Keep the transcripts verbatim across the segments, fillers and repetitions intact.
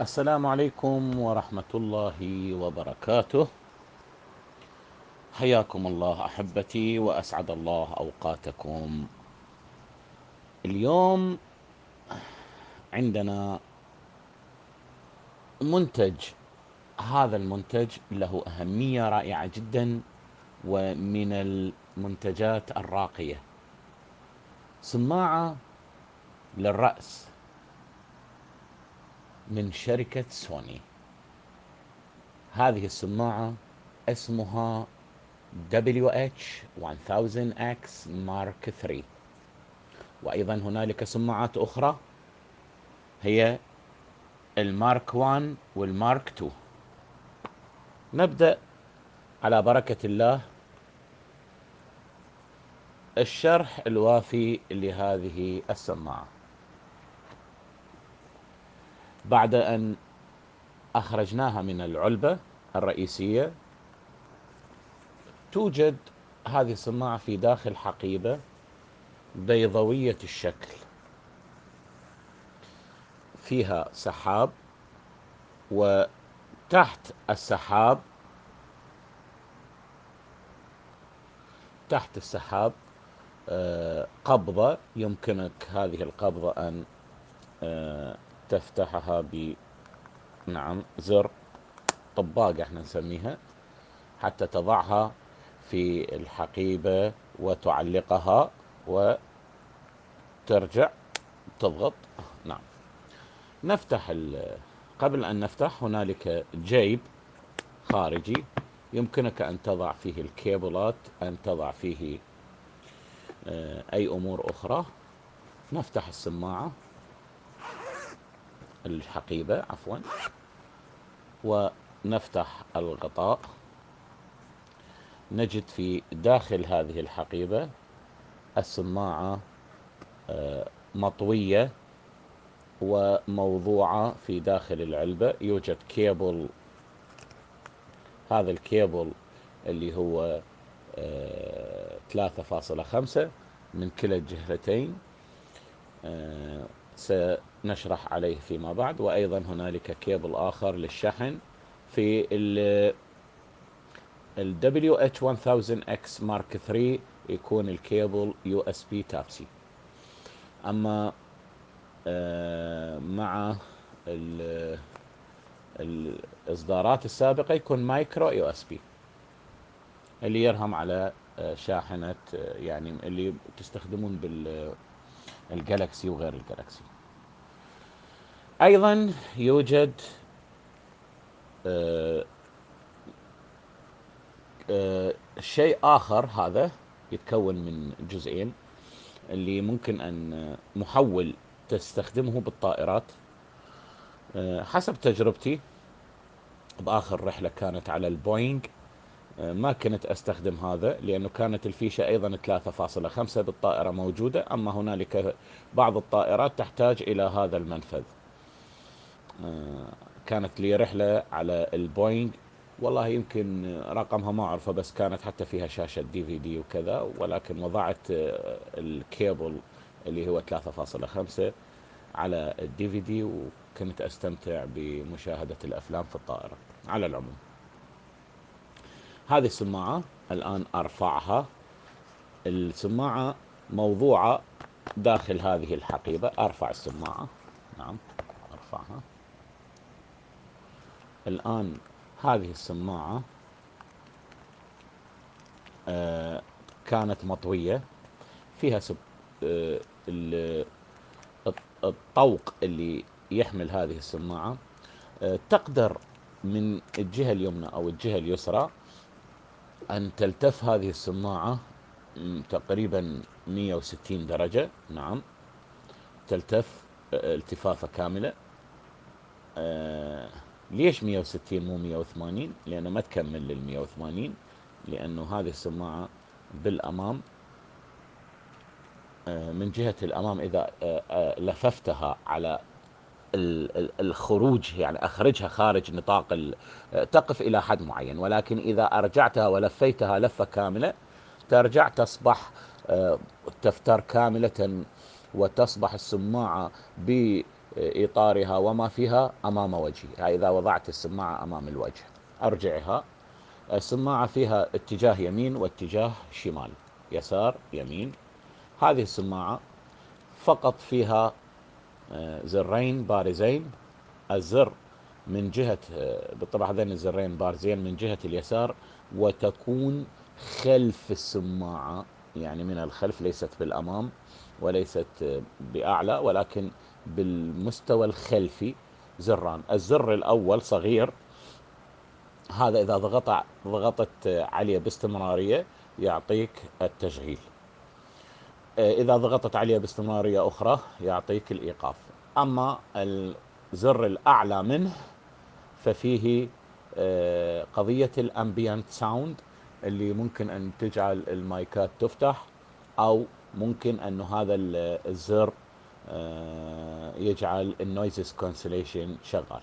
السلام عليكم ورحمة الله وبركاته. حياكم الله أحبتي وأسعد الله أوقاتكم. اليوم عندنا منتج، هذا المنتج له أهمية رائعة جدا ومن المنتجات الراقية. سماعة للرأس من شركة سوني. هذه السماعة اسمها دبليو إتش ألف إكس مارك ثري، وأيضا هنالك سماعات أخرى هي المارك واحد والمارك اثنين. نبدأ على بركة الله الشرح الوافي لهذه السماعة. بعد أن أخرجناها من العلبة الرئيسية، توجد هذه السماعة في داخل حقيبة بيضاوية الشكل، فيها سحاب، وتحت السحاب تحت السحاب قبضة، يمكنك هذه القبضة أن تفتحها ب نعم زر طباقة احنا نسميها، حتى تضعها في الحقيبة وتعلقها وترجع تضغط. نعم. نفتح قبل أن نفتح هنالك جيب خارجي يمكنك أن تضع فيه الكيبلات، أن تضع فيه أي أمور أخرى. نفتح السماعة الحقيبة عفوا ونفتح الغطاء. نجد في داخل هذه الحقيبة السماعة مطوية وموضوعة في داخل العلبة. يوجد كيبل، هذا الكيبل اللي هو ثلاثة فاصلة خمسة من كلا الجهتين، سنشرح عليه فيما بعد. وأيضا هنالك كيبل آخر للشحن في ال دبليو إتش ألف إكس مارك ثري، يكون الكيبل يو اس بي تايب سي. أما مع الإصدارات السابقة يكون مايكرو يو اس بي، اللي يرهم على شاحنة يعني اللي تستخدمون بالجالكسي وغير الجالكسي. أيضا يوجد شيء آخر، هذا يتكون من جزئين، اللي ممكن أن محول تستخدمه بالطائرات. حسب تجربتي بآخر رحلة كانت على البوينغ، ما كنت أستخدم هذا لأنه كانت الفيشة أيضا ثلاثة فاصلة خمسة بالطائرة موجودة. أما هنالك بعض الطائرات تحتاج إلى هذا المنفذ. كانت لي رحلة على البوينغ، والله يمكن رقمها ما أعرفه، بس كانت حتى فيها شاشة دي في دي وكذا، ولكن وضعت الكيبل اللي هو ثلاثة فاصلة خمسة على الدي في دي، وكنت أستمتع بمشاهدة الأفلام في الطائرة. على العموم هذه السماعة الآن أرفعها. السماعة موضوعة داخل هذه الحقيبة. أرفع السماعة، نعم أرفعها الآن. هذه السماعة آه كانت مطوية، فيها سب... آه الطوق اللي يحمل هذه السماعة. آه تقدر من الجهة اليمنى أو الجهة اليسرى أن تلتف هذه السماعة تقريبا مئة وستين درجة. نعم تلتف التفافة كاملة. آه ليش مئة وستين مو مئة وثمانين؟ لأنه ما تكمل لل مئة وثمانين، لأنه هذه السماعة بالأمام، آه من جهة الأمام إذا آه آه لففتها على الخروج، يعني أخرجها خارج نطاق، تقف إلى حد معين، ولكن إذا أرجعتها ولفيتها لفة كاملة ترجع تصبح تفتر كاملة وتصبح السماعة بإطارها وما فيها أمام وجهي. إذا وضعت السماعة أمام الوجه أرجعها، السماعة فيها اتجاه يمين واتجاه شمال، يسار يمين. هذه السماعة فقط فيها زرين بارزين، الزر من جهة، بالطبع هذين الزرين بارزين من جهة اليسار، وتكون خلف السماعة، يعني من الخلف، ليست بالأمام وليست بأعلى، ولكن بالمستوى الخلفي زران. الزر الأول صغير، هذا إذا ضغط ضغطت عليه باستمرارية يعطيك التشغيل، إذا ضغطت عليه باستمرارية أخرى يعطيك الإيقاف. أما الزر الأعلى منه ففيه قضية الأمبيانت ساوند، اللي ممكن أن تجعل المايكات تفتح، أو ممكن أن هذا الزر يجعل النويزز كانسليشن شغال.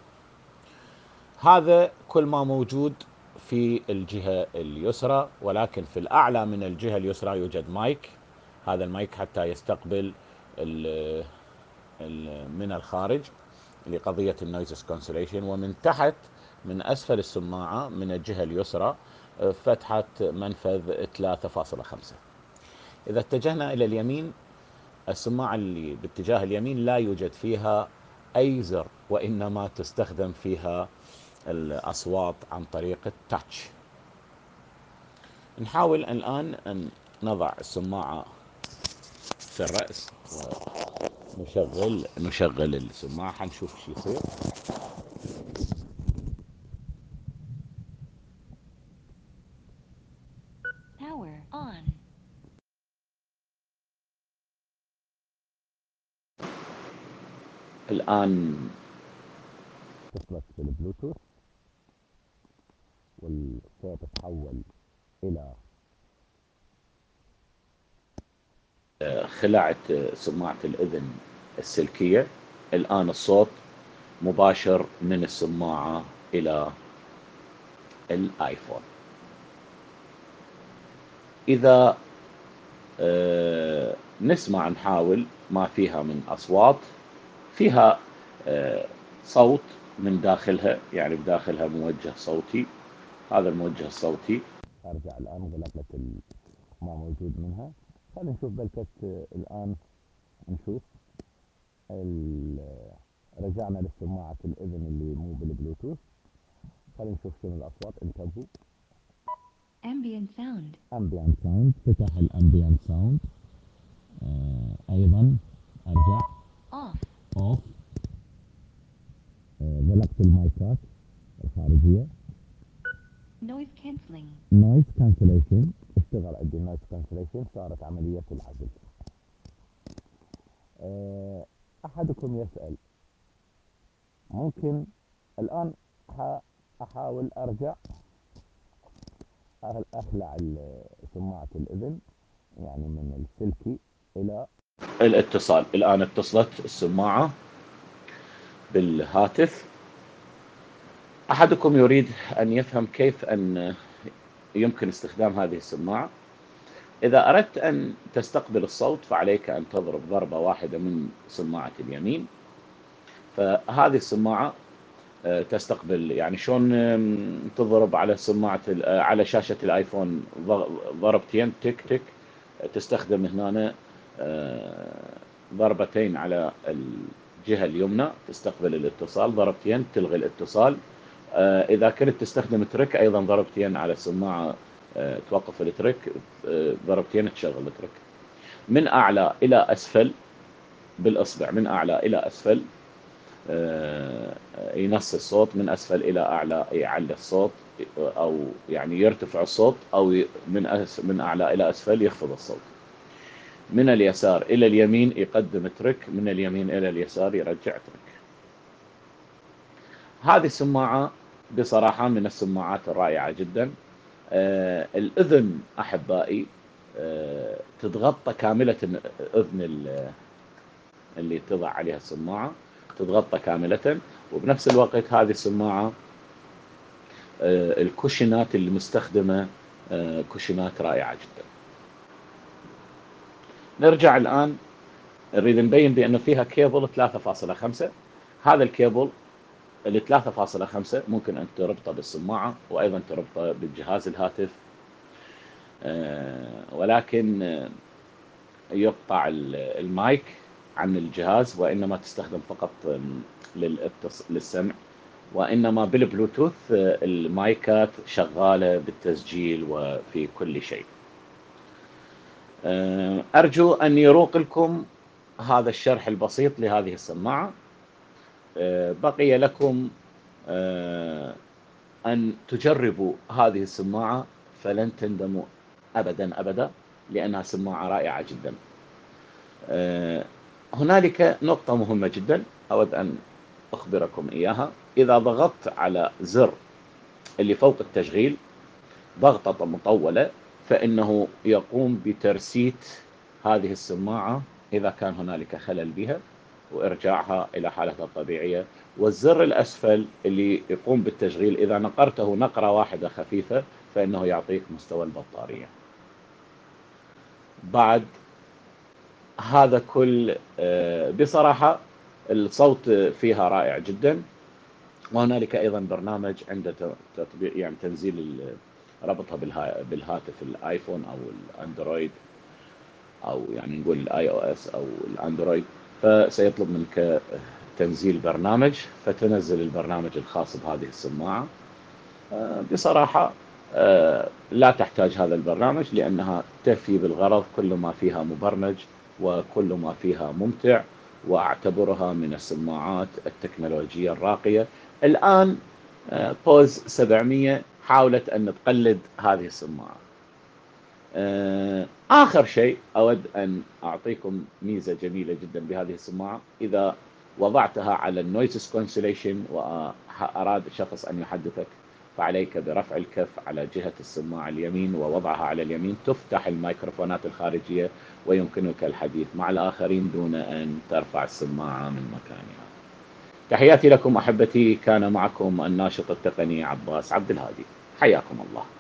هذا كل ما موجود في الجهة اليسرى، ولكن في الأعلى من الجهة اليسرى يوجد مايك. هذا المايك حتى يستقبل ال ال من الخارج لقضية النويزز كانسليشن. ومن تحت من أسفل السماعة من الجهة اليسرى فتحة منفذ ثلاثة فاصلة خمسة. إذا اتجهنا إلى اليمين، السماعة اللي باتجاه اليمين لا يوجد فيها أي زر، وإنما تستخدم فيها الأصوات عن طريق التاتش. نحاول الآن أن نضع السماعة في الرأس ونشغل نشغل السماعة، حنشوف شو يصير. Power on. الآن اتصلت بالبلوتوث والصوت تحول إلى، خلعت سماعة الأذن السلكية. الآن الصوت مباشر من السماعة إلى الآيفون. إذا آه نسمع، نحاول، ما فيها من أصوات، فيها آه صوت من داخلها، يعني بداخلها موجه صوتي. هذا الموجه الصوتي، أرجع الآن غلقت ما موجود منها. خلينا نشوف بلكت الآن، نشوف رجعنا لسماعة الأذن اللي مو بالبلوتوث. خلينا نشوف شنو الأصوات. انتبهوا، Ambient sound. ambient sound، فتح الامبيانت ساوند. آه أيضا أرجع Off. أوف. آه غلقت المايكات الخارجية. Noise cancelling. نويز كانسليشن، اشتغل عندي النويز كانسليشن، صارت عملية العزل. آه أحدكم يسأل، ممكن الآن أحاول أرجع أخلع سماعة الأذن، يعني من السلكي إلى الاتصال. الآن اتصلت السماعة بالهاتف. أحدكم يريد أن يفهم كيف أن يمكن استخدام هذه السماعة. إذا أردت أن تستقبل الصوت فعليك أن تضرب ضربة واحدة من سماعة اليمين. فهذه السماعة تستقبل، يعني شلون تضرب على سماعة على شاشة الآيفون ضربتين تك تك، تستخدم هنا ضربتين على الجهة اليمنى تستقبل الاتصال، ضربتين تلغي الاتصال. إذا كنت تستخدم ترك أيضا ضربتين على السماعة توقف الترك، ضربتين تشغل الترك. من أعلى إلى أسفل بالإصبع، من أعلى إلى أسفل ينص الصوت، من أسفل إلى أعلى يعلي الصوت، أو يعني يرتفع الصوت، أو من من أعلى إلى أسفل يخفض الصوت. من اليسار إلى اليمين يقدم ترك، من اليمين إلى اليسار يرجع ترك. هذه السماعة بصراحة من السماعات الرائعة جدا. آه الأذن أحبائي آه تتغطى كاملة، أذن اللي تضع عليها السماعة تتغطى كاملة. وبنفس الوقت هذه السماعة آه الكوشنات اللي مستخدمة آه كوشنات رائعة جدا. نرجع الآن نريد نبين بأنه فيها كيبل ثلاثة فاصلة خمسة. هذا الكيبل اللي ثلاثة فاصلة خمسة ممكن أن تربطه بالسماعة وأيضا تربطه بالجهاز الهاتف، ولكن يقطع المايك عن الجهاز، وإنما تستخدم فقط للسمع، وإنما بالبلوتوث المايكات شغالة بالتسجيل وفي كل شيء. أرجو أن يروق لكم هذا الشرح البسيط لهذه السماعة. بقي لكم أن تجربوا هذه السماعة، فلن تندموا أبدا أبدا، لأنها سماعة رائعة جدا. هنالك نقطة مهمة جدا أود أن أخبركم إياها. إذا ضغطت على زر اللي فوق التشغيل ضغطة مطولة، فإنه يقوم بترسيت هذه السماعة إذا كان هنالك خلل بها وإرجاعها إلى حالتها الطبيعية. والزر الأسفل اللي يقوم بالتشغيل إذا نقرته نقرة واحدة خفيفة فإنه يعطيك مستوى البطارية. بعد هذا كل بصراحة الصوت فيها رائع جدا. وهنالك أيضا برنامج عند تطبيق يعني تنزيل ربطها بالهاتف الآيفون أو الأندرويد، أو يعني نقول الآي أو إس أو الأندرويد، فسيطلب منك تنزيل برنامج، فتنزل البرنامج الخاص بهذه السماعة. بصراحة لا تحتاج هذا البرنامج لأنها تفي بالغرض، كل ما فيها مبرمج وكل ما فيها ممتع، وأعتبرها من السماعات التكنولوجية الراقية. الآن بوز سبعمية حاولت أن تقلد هذه السماعة. آخر شيء أود أن أعطيكم ميزة جميلة جدا بهذه السماعة. إذا وضعتها على النويز كانسليشن وأراد شخص أن يحدثك، فعليك برفع الكف على جهة السماعة اليمين ووضعها على اليمين، تفتح الميكروفونات الخارجية ويمكنك الحديث مع الآخرين دون أن ترفع السماعة من مكانها. تحياتي لكم أحبتي، كان معكم الناشط التقني عباس عبد الهادي، حياكم الله.